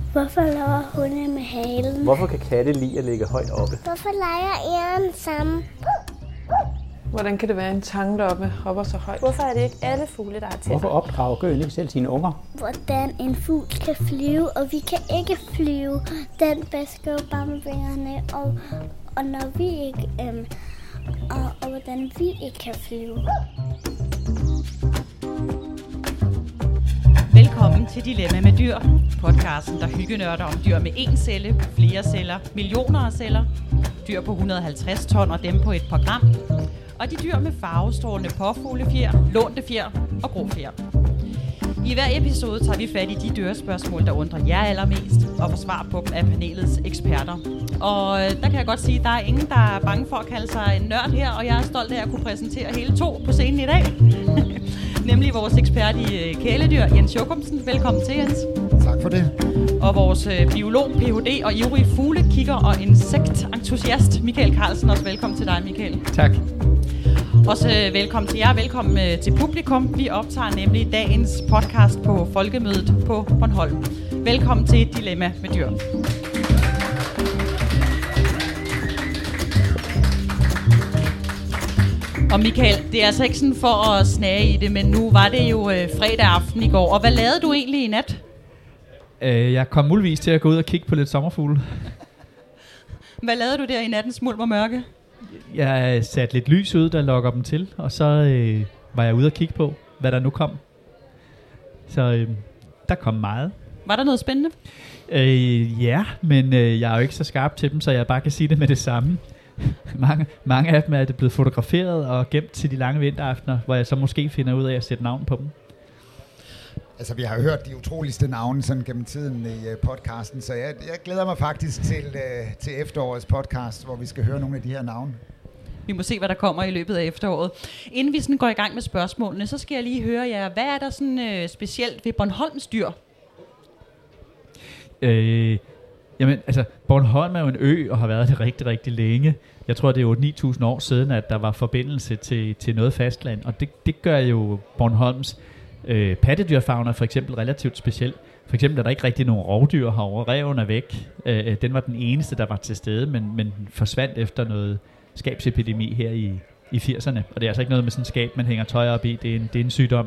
Hvorfor laver hunde med halen? Hvorfor kan katte lide at ligge højt oppe? Hvorfor leger æren sammen? Hvordan kan det være, en tangloppe hopper så højt? Hvorfor er det ikke alle fugle, der har tænder? Hvorfor opdrager gøen ikke selv sine unger? Hvordan en fugl kan flyve, og vi kan ikke flyve. Den basker jo bare med vingerne, og når vi ikke, og hvordan vi ikke kan flyve. Velkommen til Dilemma med dyr, podcasten, der hyggenørder om dyr med én celle, flere celler, millioner af celler, dyr på 150 ton og dem på et par gram, og de dyr med farvestrålende påfuglefjer, lånte fjer og grå fjer. I hver episode tager vi fat i de dyrespørgsmål, der undrer jer allermest, og får svar på dem af panelets eksperter. Og der kan jeg godt sige, at der er ingen, der er bange for at kalde sig en nørd her, og jeg er stolt af at kunne præsentere hele to på scenen i dag. Nemlig vores ekspert i kæledyr, Jens Jokumsen. Velkommen til, Jens. Tak for det. Og vores biolog, Ph.D. og ivrig fuglekigger og insektentusiast, Michael Carlsen. Også velkommen til dig, Michael. Tak. Også velkommen til jer. Velkommen til publikum. Vi optager nemlig dagens podcast på Folkemødet på Bornholm. Velkommen til Dilemma med dyr. Og Michael, det er altså ikke sådan for at snage i det, men nu var det jo fredag aften i går. Og hvad lavede du egentlig i nat? Jeg kom muligvis til at gå ud og kigge på lidt sommerfugle. Hvad lavede du der i nattens mulm og mørke? Jeg satte lidt lys ud, der lokker dem til, og så var jeg ude og kigge på, hvad der nu kom. Så der kom meget. Var der noget spændende? Ja, men jeg er jo ikke så skarp til dem, så jeg bare kan sige det med det samme. Mange af dem er det blevet fotograferet og gemt til de lange vinteraftener, hvor jeg så måske finder ud af at sætte navn på dem. Altså, vi har hørt de utroligste navne sådan gennem tiden i podcasten, så jeg glæder mig faktisk til efterårets podcast, hvor vi skal høre nogle af de her navne. Vi må se, hvad der kommer i løbet af efteråret. Inden vi sådan går i gang med spørgsmålene, så skal jeg lige høre jer, hvad er der sådan specielt ved Bornholms dyr? Jamen, altså, Bornholm er jo en ø og har været det rigtig, rigtig længe. Jeg tror, det er 8-9.000 år siden, at der var forbindelse til noget fastland, og det gør jo Bornholms pattedyrfauna for eksempel relativt speciel. For eksempel er der ikke rigtig nogen rovdyr herovre. Ræven er væk. Den var den eneste, der var til stede, men forsvandt efter noget skabsepidemi her i 80'erne. Og det er altså ikke noget med sådan et skab, man hænger tøj op i. Det er en sygdom.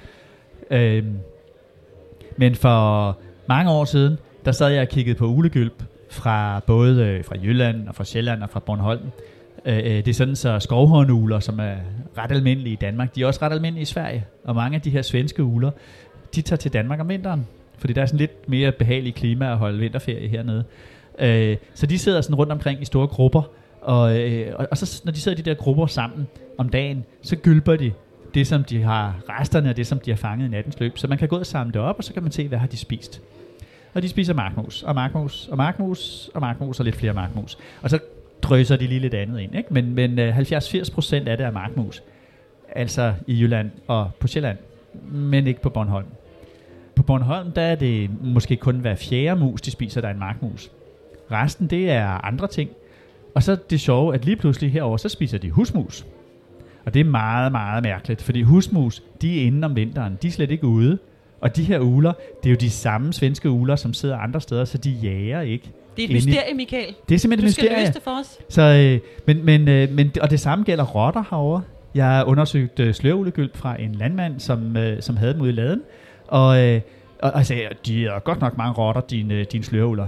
Men for mange år siden, der sad jeg og kiggede på ulegylp fra både fra Jylland og fra Sjælland og fra Bornholm. Det er sådan så skovhornugler, som er ret almindelige i Danmark, de er også ret almindelige i Sverige. Og mange af de her svenske ugler, de tager til Danmark om vinteren, fordi der er sådan lidt mere behageligt klima at holde vinterferie hernede. Så de sidder sådan rundt omkring i store grupper, og så når de sidder i de der grupper sammen om dagen, så gylper de det, som de har resterne af det, som de har fanget i nattens løb. Så man kan gå og samle det op, og så kan man se, hvad har de spist. Og de spiser markmus, og markmus, og markmus, og markmus, og lidt flere markmus. Og så drøser de lige lidt andet ind, ikke? Men 70-80% af det er markmus. Altså i Jylland og på Sjælland, men ikke på Bornholm. På Bornholm, der er det måske kun hver fjerde mus, de spiser, der er en markmus. Resten, det er andre ting. Og så det sjove, at lige pludselig herover så spiser de husmus. Og det er meget, meget mærkeligt, fordi husmus, de er inde om vinteren, de er slet ikke ude. Og de her ugler, det er jo de samme svenske ugler, som sidder andre steder, så de jager ikke. Det er et mysterie, Michael. Det er simpelthen et mysterie. Du skal løse det for os. Så, og det samme gælder rotter herovre. Jeg har undersøgt slørulegylp fra en landmand, som havde dem ude i laden. Og jeg sagde, de er godt nok mange rotter, dine sløreuler.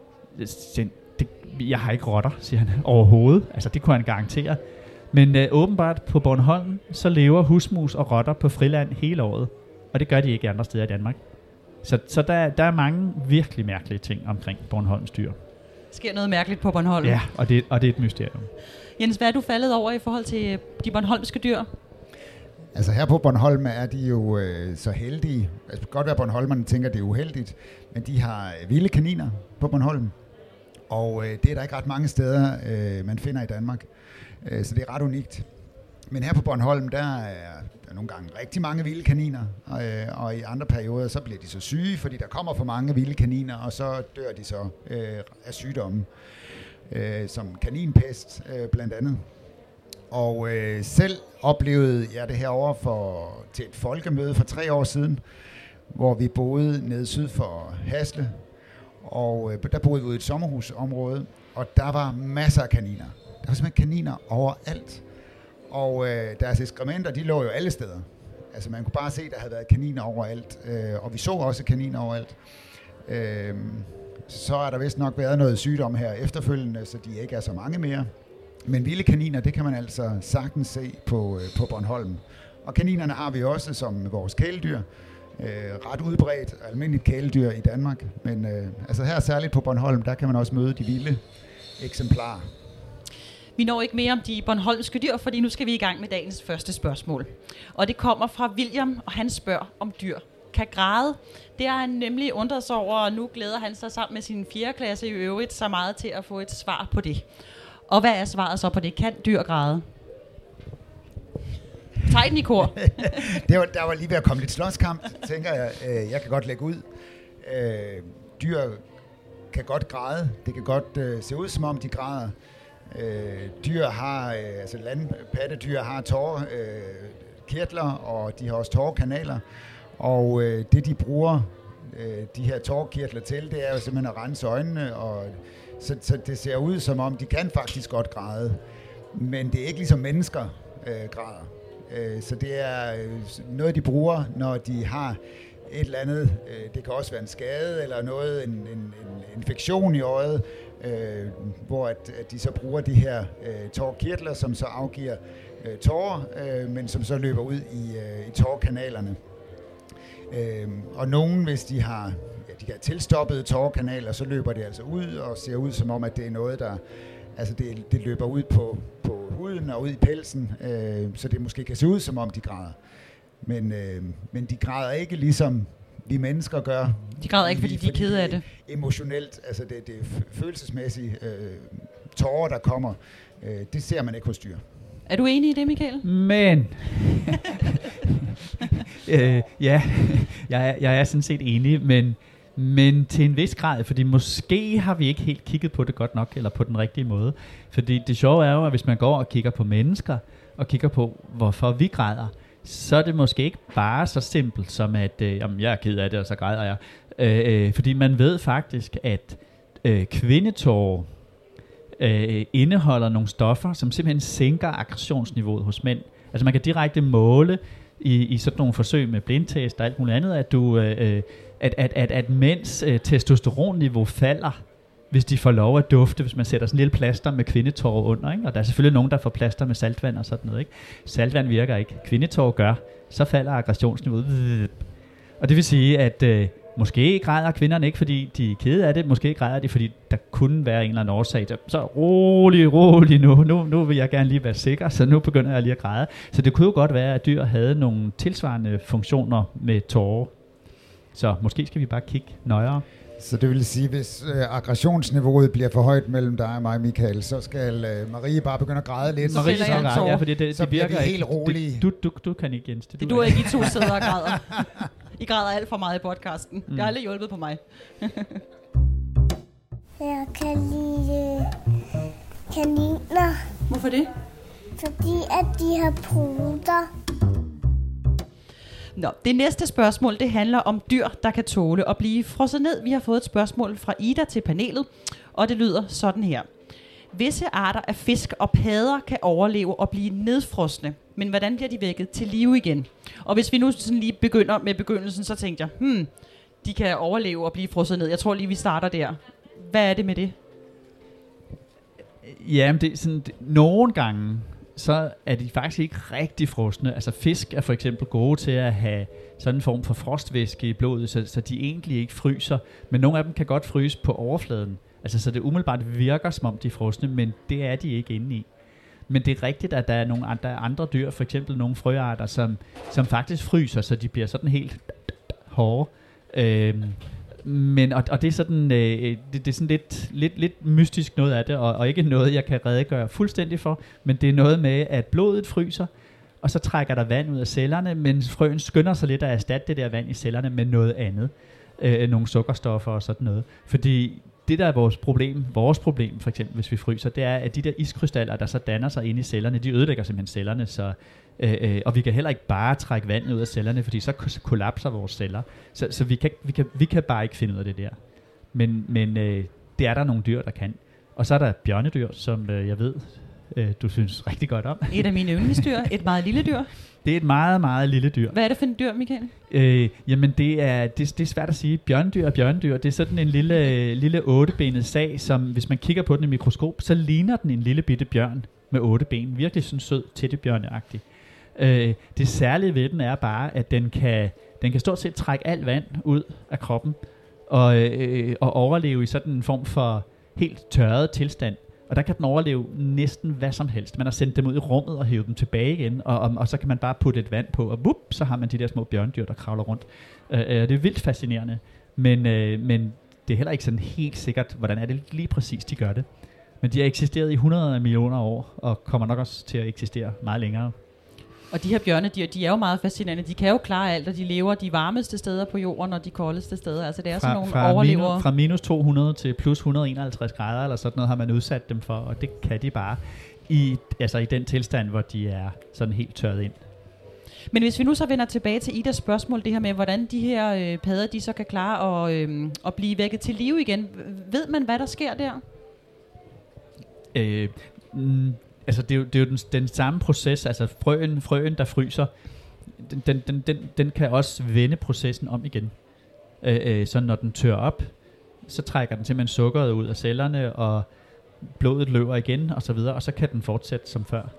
Jeg har ikke rotter, siger han, overhovedet. Altså, det kunne han garantere. Men åbenbart på Bornholm, så lever husmus og rotter på friland hele året. Og det gør de ikke andre steder i Danmark. Så der er mange virkelig mærkelige ting omkring Bornholms dyr. Sker noget mærkeligt på Bornholm? Ja, og det er et mysterium. Jens, hvad er du faldet over i forhold til de bornholmske dyr? Altså her på Bornholm er de jo så heldige. Altså det kan godt være, at Bornholmerne tænker, at det er uheldigt, men de har vilde kaniner på Bornholm. Og det er der ikke ret mange steder, man finder i Danmark. Så det er ret unikt. Men her på Bornholm, der er nogle gange rigtig mange vilde kaniner, og i andre perioder, så bliver de så syge, fordi der kommer for mange vilde kaniner, og så dør de så af sygdomme, som kaninpest blandt andet. Og selv oplevede jeg det herovre til et folkemøde for 3 år siden, hvor vi boede nede syd for Hasle, Og der boede vi ude i et sommerhusområde, og der var masser af kaniner. Der var simpelthen kaniner overalt. Og deres ekskrementer, de lå jo alle steder. Altså man kunne bare se, at der havde været kaniner overalt, og vi så også kaniner overalt. Så er der vist nok været noget sygdom her efterfølgende, så de ikke er så mange mere. Men vilde kaniner, det kan man altså sagtens se på Bornholm. Og kaninerne har vi også som vores kæledyr. Ret udbredt, almindeligt kæledyr i Danmark. Men altså her særligt på Bornholm, der kan man også møde de vilde eksemplarer. Vi når ikke mere om de bornholmske dyr, fordi nu skal vi i gang med dagens første spørgsmål. Og det kommer fra William, og han spørger, om dyr kan græde. Det har han nemlig undret sig over, og nu glæder han sig sammen med sin 4. klasse i øvrigt så meget til at få et svar på det. Og hvad er svaret så på det? Kan dyr græde? Tag den i kor. Der var lige ved at komme lidt slåskamp, tænker jeg. Jeg kan godt lægge ud. Dyr kan godt græde. Det kan godt se ud, som om de græder. Dyr har, altså pattedyr har tårekirtler, og de har også tårekanaler. Og det, de bruger de her tårekirtler til, det er jo simpelthen at rense øjnene. Og så det ser ud, som om de kan faktisk godt græde. Men det er ikke ligesom mennesker græder. Så det er noget, de bruger, når de har et eller andet. Det kan også være en skade eller noget, en infektion i øjet, hvor at de så bruger de her tårekirtler, som så afgiver tårer, men som så løber ud i tårekanalerne. Og nogen, hvis de har de her tilstoppede tårekanaler, så løber det altså ud og ser ud som om, at det er noget, der altså det løber ud på huden og ud i pelsen, så det måske kan se ud, som om de græder. Men de græder ikke ligesom vi mennesker gør. De græder ikke, fordi de er kede af det. Emotionelt, altså det følelsesmæssige tårer, der kommer, det ser man ikke hos dyr. Er du enig i det, Michael? Men ja, jeg er sådan set enig, men til en vis grad, fordi måske har vi ikke helt kigget på det godt nok, eller på den rigtige måde. Fordi det sjove er jo, at hvis man går og kigger på mennesker, og kigger på, hvorfor vi græder, så er det måske ikke bare så simpelt som, at jamen, jeg er ked af det, og så græder jeg. Fordi man ved faktisk, at kvindetårer indeholder nogle stoffer, som simpelthen sænker aggressionsniveauet hos mænd. Altså man kan direkte måle i sådan nogle forsøg med blindtest og alt muligt andet, at du at mænds testosteronniveau falder, hvis de får lov at dufte, hvis man sætter sådan en lille plaster med kvindetårer under, ikke? Og der er selvfølgelig nogen, der får plaster med saltvand og sådan noget, ikke? Saltvand virker ikke. Kvindetårer gør, så falder aggressionsniveauet. Og det vil sige, at måske græder kvinderne ikke, fordi de er kede af det. Måske græder de, fordi der kunne være en eller anden årsag. Så rolig nu vil jeg gerne lige være sikker, så nu begynder jeg lige at græde. Så det kunne jo godt være, at dyr havde nogle tilsvarende funktioner med tårer. Så måske skal vi bare kigge nøjere. Så det vil sige, hvis aggressionsniveauet bliver for højt mellem dig og mig, Michael, så skal Marie bare begynde at græde lidt. Marie skal græde, ja, fordi det virker vi helt rolige. Du kan ikke, Jens. Det duer ikke, I to sidder og græder. I græder alt for meget i podcasten. Det har aldrig hjulpet på mig. Jeg kan lide kaniner. Hvorfor det? Fordi at de har puder. Nå, det næste spørgsmål, det handler om dyr, der kan tåle at blive frosset ned. Vi har fået et spørgsmål fra Ida til panelet, og det lyder sådan her. Visse arter af fisk og padder kan overleve og blive nedfrosne, men hvordan bliver de vækket til live igen? Og hvis vi nu sådan lige begynder med begyndelsen, så tænkte jeg, de kan overleve og blive frosset ned. Jeg tror lige, vi starter der. Hvad er det med det? Jamen, det er sådan, nogle gange, så er de faktisk ikke rigtig frosne. Altså fisk er for eksempel gode til at have sådan en form for frostvæske i blodet, så de egentlig ikke fryser. Men nogle af dem kan godt fryse på overfladen. Altså så det umiddelbart virker, som om de er frosne, men det er de ikke inde i. Men det er rigtigt, at der er nogle andre dyr, for eksempel nogle frøarter, som faktisk fryser, så de bliver sådan helt hårde. Men og det er sådan det er sådan lidt mystisk noget af det, og ikke noget jeg kan redegøre fuldstændig for, men det er noget med at blodet fryser, og så trækker der vand ud af cellerne, men frøen skynder sig lidt at erstatte det der vand i cellerne med noget andet, nogle sukkerstoffer og sådan noget, fordi det der er vores problem for eksempel hvis vi fryser, det er at de der iskrystaller der så danner sig inde i cellerne, de ødelægger simpelthen cellerne, så og vi kan heller ikke bare trække vandet ud af cellerne, fordi så kollapser vores celler. Så vi kan bare ikke finde ud af det der. Men det er der nogle dyr, der kan. Og så er der bjørnedyr, som jeg ved, du synes rigtig godt om. Et af mine yndlingsdyr, et meget lille dyr. Det er et meget, meget lille dyr. Hvad er det for en dyr, Michael? Jamen, det er svært at sige. Bjørnedyr er bjørnedyr. Det er sådan en lille 8-benet sag, som hvis man kigger på den i mikroskop, så ligner den en lille bitte bjørn med 8 ben. Virkelig sådan sød, tættebjørneagtig. Det særlige ved den er bare, at den kan stort set trække alt vand ud af kroppen og overleve i sådan en form for helt tørret tilstand. Og der kan den overleve næsten hvad som helst. Man har sendt dem ud i rummet og hævet dem tilbage igen, og så kan man bare putte et vand på, og så har man de der små bjørndyr, der kravler rundt. Det er vildt fascinerende, men det er heller ikke sådan helt sikkert, hvordan er det lige præcis, de gør det. Men de har eksisteret i 100 af millioner år, og kommer nok også til at eksistere meget længere. Og de her bjørnedyr, de er jo meget fascinerende. De kan jo klare alt, og de lever de varmeste steder på jorden og de koldeste steder. Altså det er sådan nogle overlevere. Fra minus 200 til plus 151 grader eller sådan noget har man udsat dem for, og det kan de bare i den tilstand, hvor de er sådan helt tørret ind. Men hvis vi nu så vender tilbage til Idas spørgsmål, det her med, hvordan de her padder, de så kan klare at blive vækket til live igen. Ved man, hvad der sker der? Det er jo den samme proces, altså frøen der fryser, den kan også vende processen om igen. Så når den tør op, så trækker den simpelthen sukkeret ud af cellerne, og blodet løber igen, og så videre, og så kan den fortsætte som før.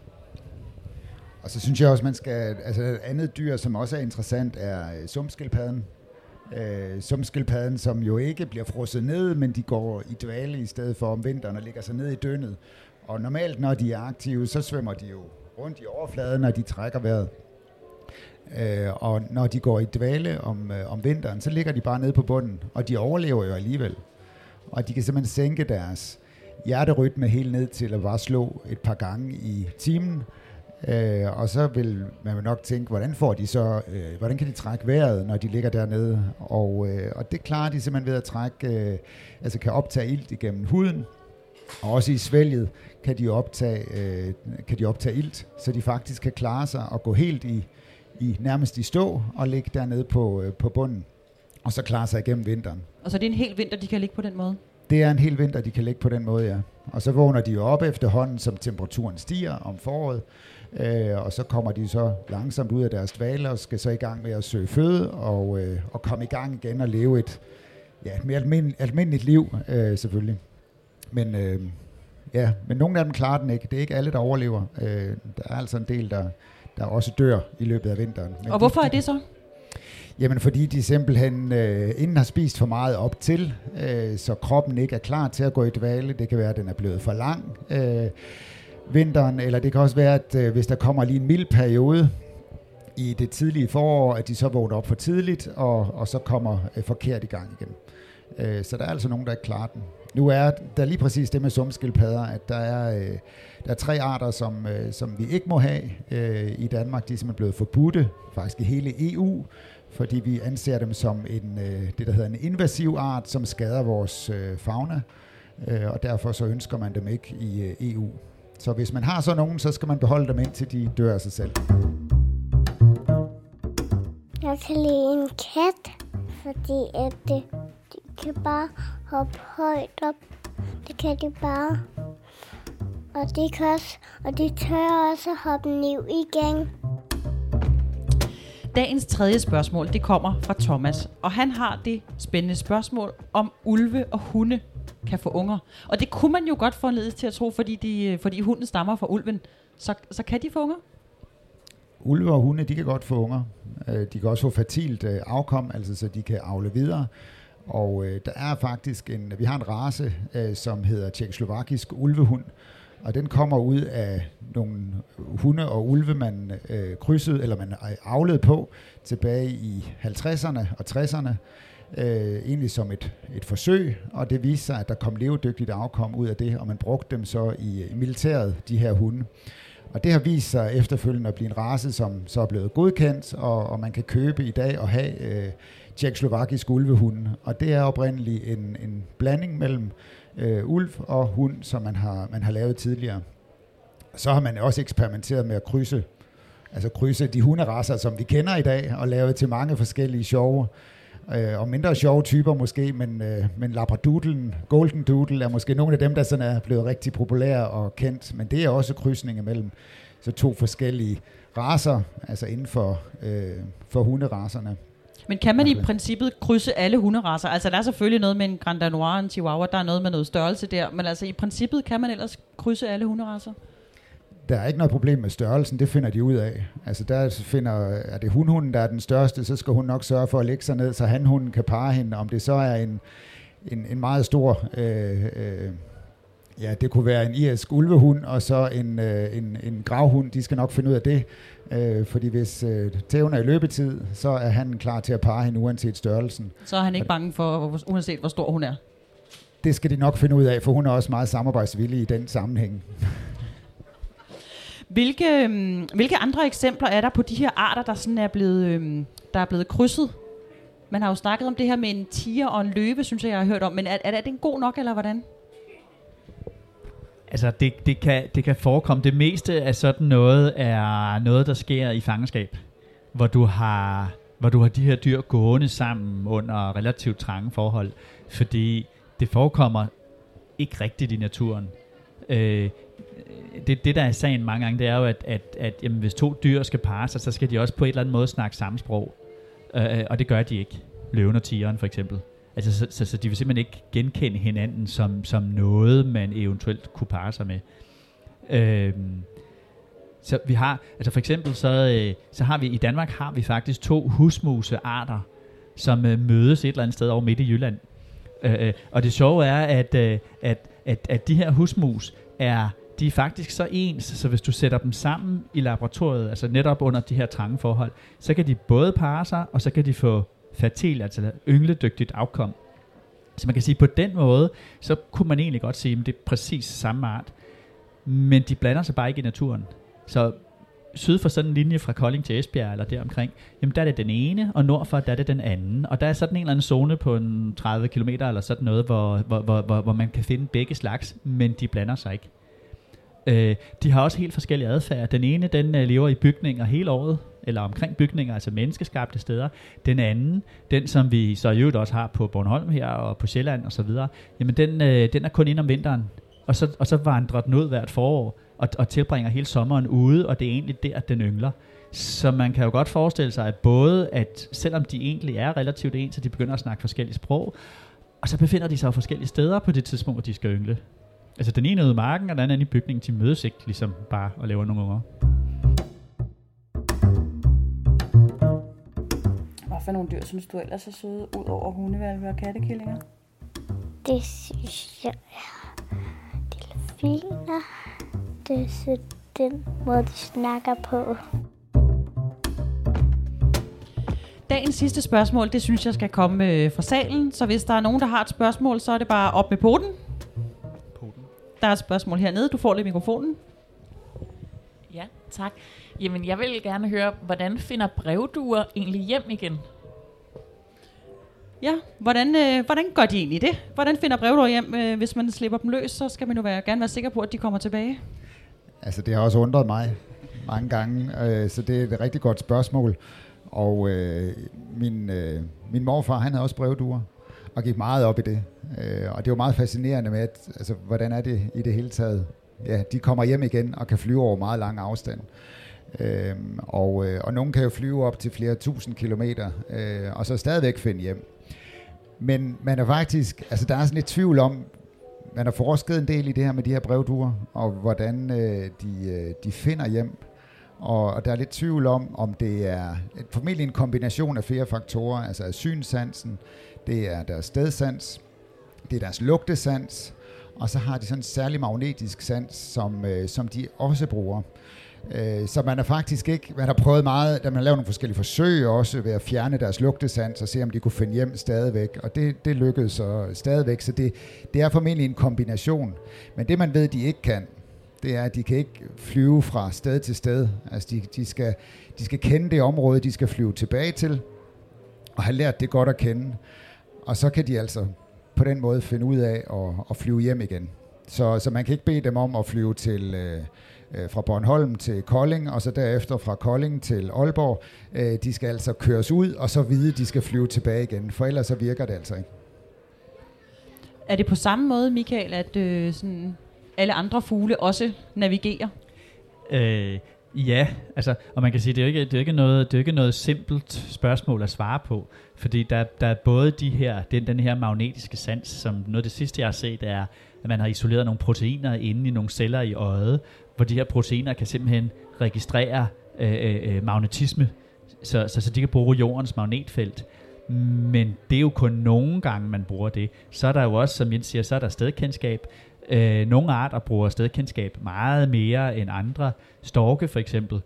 Og så synes jeg også, man skal, altså et andet dyr, som også er interessant, er sumpskildpadden. Sumpskildpadden, som jo ikke bliver frosset ned, men de går i dvale i stedet for om vinteren og ligger sig ned i dyndet. Og normalt, når de er aktive, så svømmer de jo rundt i overfladen, når de trækker vejret. Og når de går i dvale om vinteren, så ligger de bare nede på bunden, og de overlever jo alligevel. Og de kan simpelthen sænke deres hjerterytme helt ned til at bare slå et par gange i timen. Og så vil man nok tænke, hvordan kan de trække vejret, når de ligger dernede? Og det klarer de simpelthen ved at trække, kan optage ilt igennem huden. Og også i svælget kan de optage ilt, så de faktisk kan klare sig og gå helt nærmest i stå og ligge dernede på bunden, og så klare sig igennem vinteren. Og så det er en hel vinter, de kan ligge på den måde? Det er en hel vinter, de kan ligge på den måde, ja. Og så vågner de jo op efterhånden, som temperaturen stiger om foråret, og så kommer de så langsomt ud af deres dvale og skal så i gang med at søge føde og komme i gang igen og leve et mere almindeligt liv, selvfølgelig. Men nogle af dem klarer den ikke. Det er ikke alle, der overlever. Der er altså en del, der også dør i løbet af vinteren. Men og hvorfor er det så? Jamen fordi de simpelthen inden har spist for meget op til, så kroppen ikke er klar til at gå i dvale. Det kan være, at den er blevet for lang vinteren, eller det kan også være, at hvis der kommer lige en mild periode i det tidlige forår, at de så vågner op for tidligt, og så kommer forkert i gang igen. Så der er altså nogen, der ikke klarer den. Nu er der lige præcis det med sumpskildpadder, at der er 3 arter, som vi ikke må have i Danmark. De er simpelthen blevet forbudte, faktisk i hele EU, fordi vi anser dem som det, der hedder en invasiv art, som skader vores fauna, og derfor så ønsker man dem ikke i EU. Så hvis man har sådan nogen, så skal man beholde dem indtil de dør af sig selv. Jeg kan lide en kat, fordi at de kan bare hoppe højt op. Det kan de bare. Og de tør også hoppe ned igen. Dagens tredje spørgsmål, det kommer fra Thomas, og han har det spændende spørgsmål, om ulve og hunde kan få unger. Og det kunne man jo godt forledes til at tro, fordi hunden stammer fra ulven. Så kan de få unger? Ulve og hunde, de kan godt få unger. De kan også få fertilt afkom, altså så de kan avle videre. Og der er faktisk vi har en race, som hedder tjekkoslovakisk ulvehund, og den kommer ud af nogle hunde og ulve, man krydsede, eller man avlede på tilbage i 50'erne og 60'erne, egentlig som et forsøg, og det viste sig, at der kom levedygtigt afkom ud af det, og man brugte dem så i militæret, de her hunde. Og det har vist sig efterfølgende at blive en race, som så er blevet godkendt, og man kan købe i dag og have tjekkoslovakisk ulvehunde. Og det er oprindeligt en blanding mellem ulv og hund, som man har lavet tidligere. Så har man også eksperimenteret med at krydse de hunderacer, som vi kender i dag, og lavet til mange forskellige sjove. og mindre sjove typer måske, men Labradoodlen, Golden Doodle er måske nogle af dem, der sådan er blevet rigtig populære og kendt, men det er også krydsning imellem så 2 forskellige racer, altså inden for hunderacerne. Men kan man i princippet krydse alle hunderacer? Altså der er selvfølgelig noget med en Grand Danois og en Chihuahua, der er noget med noget størrelse der, men altså i princippet kan man ellers krydse alle hunderacer? Der er ikke noget problem med størrelsen, det finder de ud af. Altså der er det hunhunden, der er den største, så skal hun nok sørge for at lægge sig ned, så hanhunden kan parre hende. Om det så er en meget stor, det kunne være en irsk ulvehund, og så en gravhund, de skal nok finde ud af det. Fordi hvis tæven er i løbetid, så er han klar til at parre hende uanset størrelsen. Så er han ikke bange for, uanset hvor stor hun er? Det skal de nok finde ud af, for hun er også meget samarbejdsvillig i den sammenhæng. Hvilke andre eksempler er der på de her arter, der sådan er blevet krydset? Man har jo snakket om det her med en tiger og en løve, synes jeg har hørt om, men er det en god nok, eller hvordan? Altså, det kan forekomme. Det meste af sådan noget er noget, der sker i fangenskab, hvor du har de her dyr gående sammen under relativt trange forhold, fordi det forekommer ikke rigtigt i naturen. Det der er sagen mange gange, det er jo, at jamen, hvis 2 dyr skal parre sig, så skal de også på et eller andet måde snakke samme sprog. Og det gør de ikke. Løven og tigeren for eksempel. Altså, så de vil simpelthen ikke genkende hinanden som noget, man eventuelt kunne parre sig med. Så vi har, altså for eksempel, så har vi i Danmark har vi faktisk 2 husmusearter, som mødes et eller andet sted over midt i Jylland. Og det sjove er, at de her husmus de er faktisk så ens, så hvis du sætter dem sammen i laboratoriet, altså netop under de her trange forhold, så kan de både parre sig, og så kan de få fertil, altså yngledygtigt afkom. Så man kan sige, på den måde, så kunne man egentlig godt sige, at det er præcis samme art, men de blander sig bare ikke i naturen. Så syd for sådan en linje fra Kolding til Esbjerg, eller deromkring, jamen der er det den ene, og nordfor der er det den anden. Og der er sådan en eller anden zone på en 30 kilometer, eller sådan noget, hvor man kan finde begge slags, men de blander sig ikke. De har også helt forskellige adfærd. Den ene, den lever i bygninger hele året, eller omkring bygninger, altså menneskeskabte steder. Den anden, den som vi så i øvrigt også har på Bornholm her, og på Sjælland og så videre, jamen den er kun inde om vinteren. Og så vandrer den ud hvert forår, og tilbringer hele sommeren ude, og det er egentlig der, den yngler. Så man kan jo godt forestille sig, at både, at selvom de egentlig er relativt ens, så de begynder at snakke forskellige sprog, og så befinder de sig jo forskellige steder på det tidspunkt, hvor de skal yngle. Altså den ene er ude i marken, og den anden er i bygningen. De mødes ikke ligesom bare og laver nogle unger. Hvad for nogle dyr synes du ellers er søde, ud over hundehvalpe og kattekillinger? Det synes jeg er delfiner. Det er så den måde, de snakker på. Dagens sidste spørgsmål, det synes jeg skal komme fra salen. Så hvis der er nogen, der har et spørgsmål, så er det bare op med poten. Der er et spørgsmål hernede. Du får lidt mikrofonen. Ja, tak. Jamen, jeg vil gerne høre, hvordan finder brevduer egentlig hjem igen? Ja, hvordan gør de egentlig det? Hvordan finder brevduer hjem? Hvis man slipper dem løs, så skal man jo gerne være sikker på, at de kommer tilbage. Altså, det har også undret mig mange gange, så det er et rigtig godt spørgsmål. Og min morfar, han havde også brevduer, og gik meget op i det. Og det var meget fascinerende med, at, altså, hvordan er det i det hele taget? Ja, de kommer hjem igen og kan flyve over meget lang afstand. Og nogen kan jo flyve op til flere tusind kilometer, og så stadigvæk finde hjem. Men man er faktisk, altså der er sådan lidt tvivl om, man har forsket en del i det her med de her brevduer, og hvordan de finder hjem. Og der er lidt tvivl om det er formentlig en kombination af flere faktorer, altså af synsansen, det er deres stedsans, det er deres lugtesans, og så har de sådan en særlig magnetisk sans, som de også bruger. Så man er faktisk ikke, man har prøvet meget, da man laver nogle forskellige forsøg også ved at fjerne deres lugtesans og se, om de kunne finde hjem stadigvæk, og det lykkedes så stadigvæk, så det er formentlig en kombination. Men det man ved, de ikke kan, det er, at de kan ikke flyve fra sted til sted. Altså de skal kende det område, de skal flyve tilbage til, og have lært det godt at kende. Og så kan de altså på den måde finde ud af at flyve hjem igen. Så man kan ikke bede dem om at flyve til fra Bornholm til Kolding, og så derefter fra Kolding til Aalborg. De skal altså køres ud, og så vide, at de skal flyve tilbage igen, for ellers så virker det altså ikke. Er det på samme måde, Michael, at sådan alle andre fugle også navigerer? Ja, altså, og man kan sige, det er ikke noget simpelt spørgsmål at svare på, fordi der er både den her magnetiske sans, som noget af det sidste, jeg har set, er, at man har isoleret nogle proteiner inde i nogle celler i øjet, hvor de her proteiner kan simpelthen registrere magnetisme, så de kan bruge jordens magnetfelt. Men det er jo kun nogle gange, man bruger det. Så er der jo også, som Jens siger, så er der stedkendskab. Nogle arter bruger stedkendskab meget mere end andre. Storke for eksempel,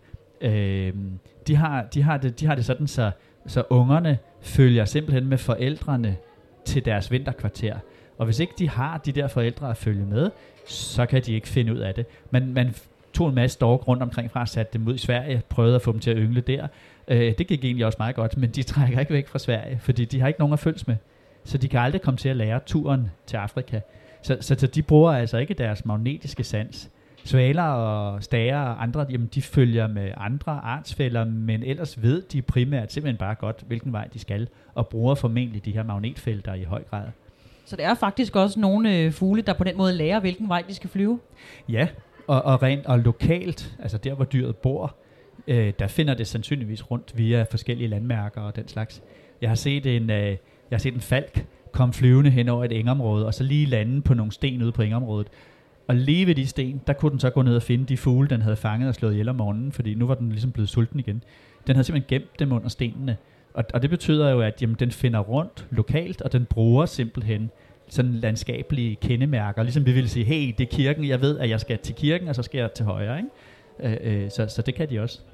de har det sådan, så ungerne følger simpelthen med forældrene til deres vinterkvarter. Og hvis ikke de har de der forældre at følge med, så kan de ikke finde ud af det. Man tog en masse storke rundt omkring fra og satte dem ud i Sverige, prøvede at få dem til at yngle der. Det gik egentlig også meget godt, men de trækker ikke væk fra Sverige, fordi de har ikke nogen at følges med. Så de kan aldrig komme til at lære turen til Afrika. Så de bruger altså ikke deres magnetiske sans. Svaler og stager og andre, jamen de følger med andre artsfæller, men ellers ved de primært simpelthen bare godt, hvilken vej de skal, og bruger formentlig de her magnetfelter i høj grad. Så der er faktisk også nogle fugle, der på den måde lærer, hvilken vej de skal flyve? Ja, og rent og lokalt, altså der hvor dyret bor, der finder det sandsynligvis rundt via forskellige landmærker og den slags. Jeg har set en falk komme flyvende hen over et engområde, og så lige lande på nogle sten ude på engområdet. Og lige ved de sten, der kunne den så gå ned og finde de fugle, den havde fanget og slået ihjel om morgenen, fordi nu var den ligesom blevet sulten igen. Den havde simpelthen gemt dem under stenene. Og det betyder jo, at jamen, den finder rundt lokalt, og den bruger simpelthen sådan landskabelige kendemærker. Ligesom vi ville sige, hey, det er kirken, jeg ved, at jeg skal til kirken, og så skal jeg til højre. Ikke? Så det kan de også.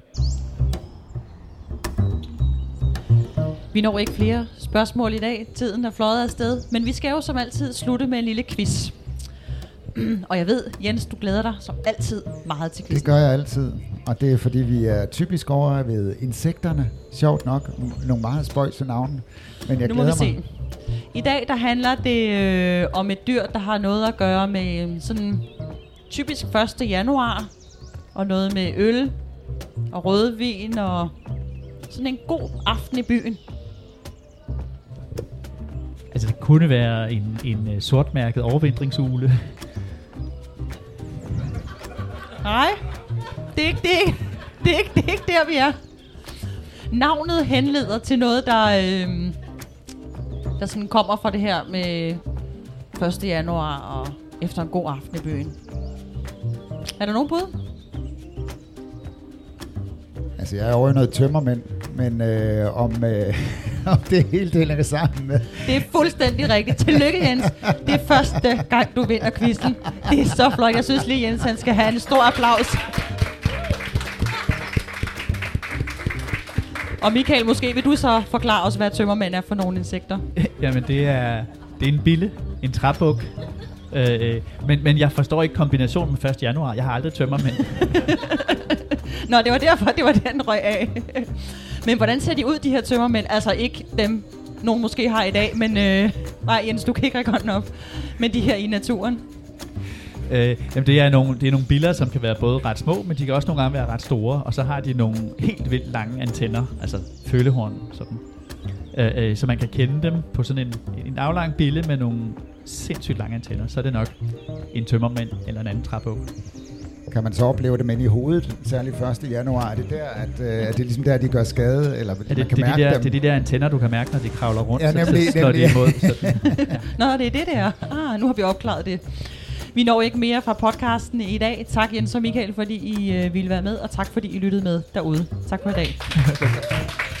Vi når ikke flere spørgsmål i dag. Tiden er fløjet afsted. Men vi skal jo som altid slutte med en lille quiz. Og jeg ved, Jens, du glæder dig som altid meget til quizzen. Det gør jeg altid. Og det er fordi, vi er typisk over ved insekterne. Sjovt nok. Nogle meget spøjse navne. Men jeg glæder mig. Se. I dag der handler det om et dyr, der har noget at gøre med sådan typisk 1. januar. Og noget med øl og rødvin og sådan en god aften i byen. Altså det kunne være en sortmærket overvintringsugle. Nej, det er ikke det. Det er ikke der, vi er. Navnet henleder til noget, der sådan kommer fra det her med 1. januar og efter en god aften i byen. Er der nogen bud? Altså, jeg er over i noget tømmermænd, men om det hele hænger sammen med. Det er fuldstændig rigtigt. Tillykke, Jens. Det er første gang, du vinder quizzen. Det er så flot. Jeg synes lige, Jens han skal have en stor applaus. Og Michael, måske vil du så forklare os, hvad tømmermænd er for nogle insekter? Jamen, det er en bille, en træbuk. Men jeg forstår ikke kombinationen med 1. januar. Jeg har aldrig tømmermænd. Nå, det var derfor, det var den røg af. Men hvordan ser de ud, de her tømmermænd? Altså ikke dem, nogen måske har i dag, men nej, Jens, du kan ikke række hånden op. Men de her i naturen. Jamen det er nogle biller, som kan være både ret små, men de kan også nogle gange være ret store. Og så har de nogle helt vildt lange antenner, altså følehorn, sådan. Så man kan kende dem på sådan en aflang bille med nogle sindssygt lange antenner. Så er det nok en tømmermænd eller en anden træbuk. Kan man så opleve det med i hovedet, særligt 1. januar? Er det der, at det er ligesom der, de gør skade? Eller man kan mærke dem? Det er de der antenner, du kan mærke, når de kravler rundt. Ja, nemlig. Så slår de imod. Ja. Nå, det er det der. Nu har vi opklaret det. Vi når ikke mere fra podcasten i dag. Tak Jens og Michael, fordi I ville være med, og tak fordi I lyttede med derude. Tak for i dag.